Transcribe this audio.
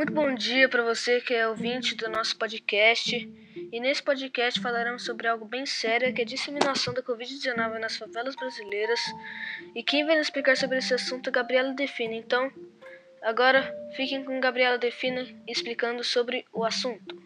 Muito bom dia para você que é ouvinte do nosso podcast. E nesse podcast falaremos sobre algo bem sério, que é a disseminação da Covid-19 nas favelas brasileiras. E quem vai nos explicar sobre esse assunto é Gabriela Defina. Então, agora fiquem com Gabriela Defina explicando sobre o assunto.